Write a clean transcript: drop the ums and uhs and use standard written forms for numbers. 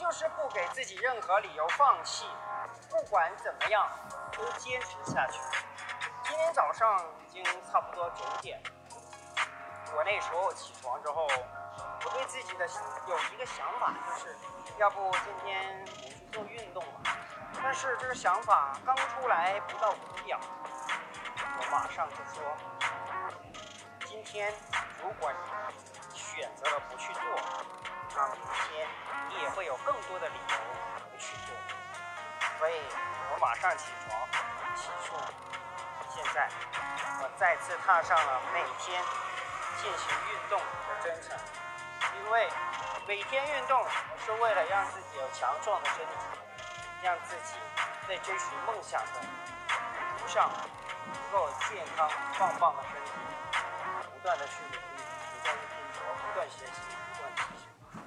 就是不给自己任何理由放弃，不管怎么样都坚持下去。今天早上已经差不多9点，我那时候起床之后，我对自己的有一个想法，就是要不今天我去做运动吧。但是这个想法刚出来不到5秒，我马上就说，今天如果你选择了不去做，那明天你也会有更多的理由不去做。所以我马上起床洗漱，现在我再次踏上了每天进行运动的征程。因为每天运动，我是为了让自己有强壮的身体，让自己在追寻梦想的路上能够健康棒棒的身体，不断的去努力，不断的拼搏，不断学习，不断提升。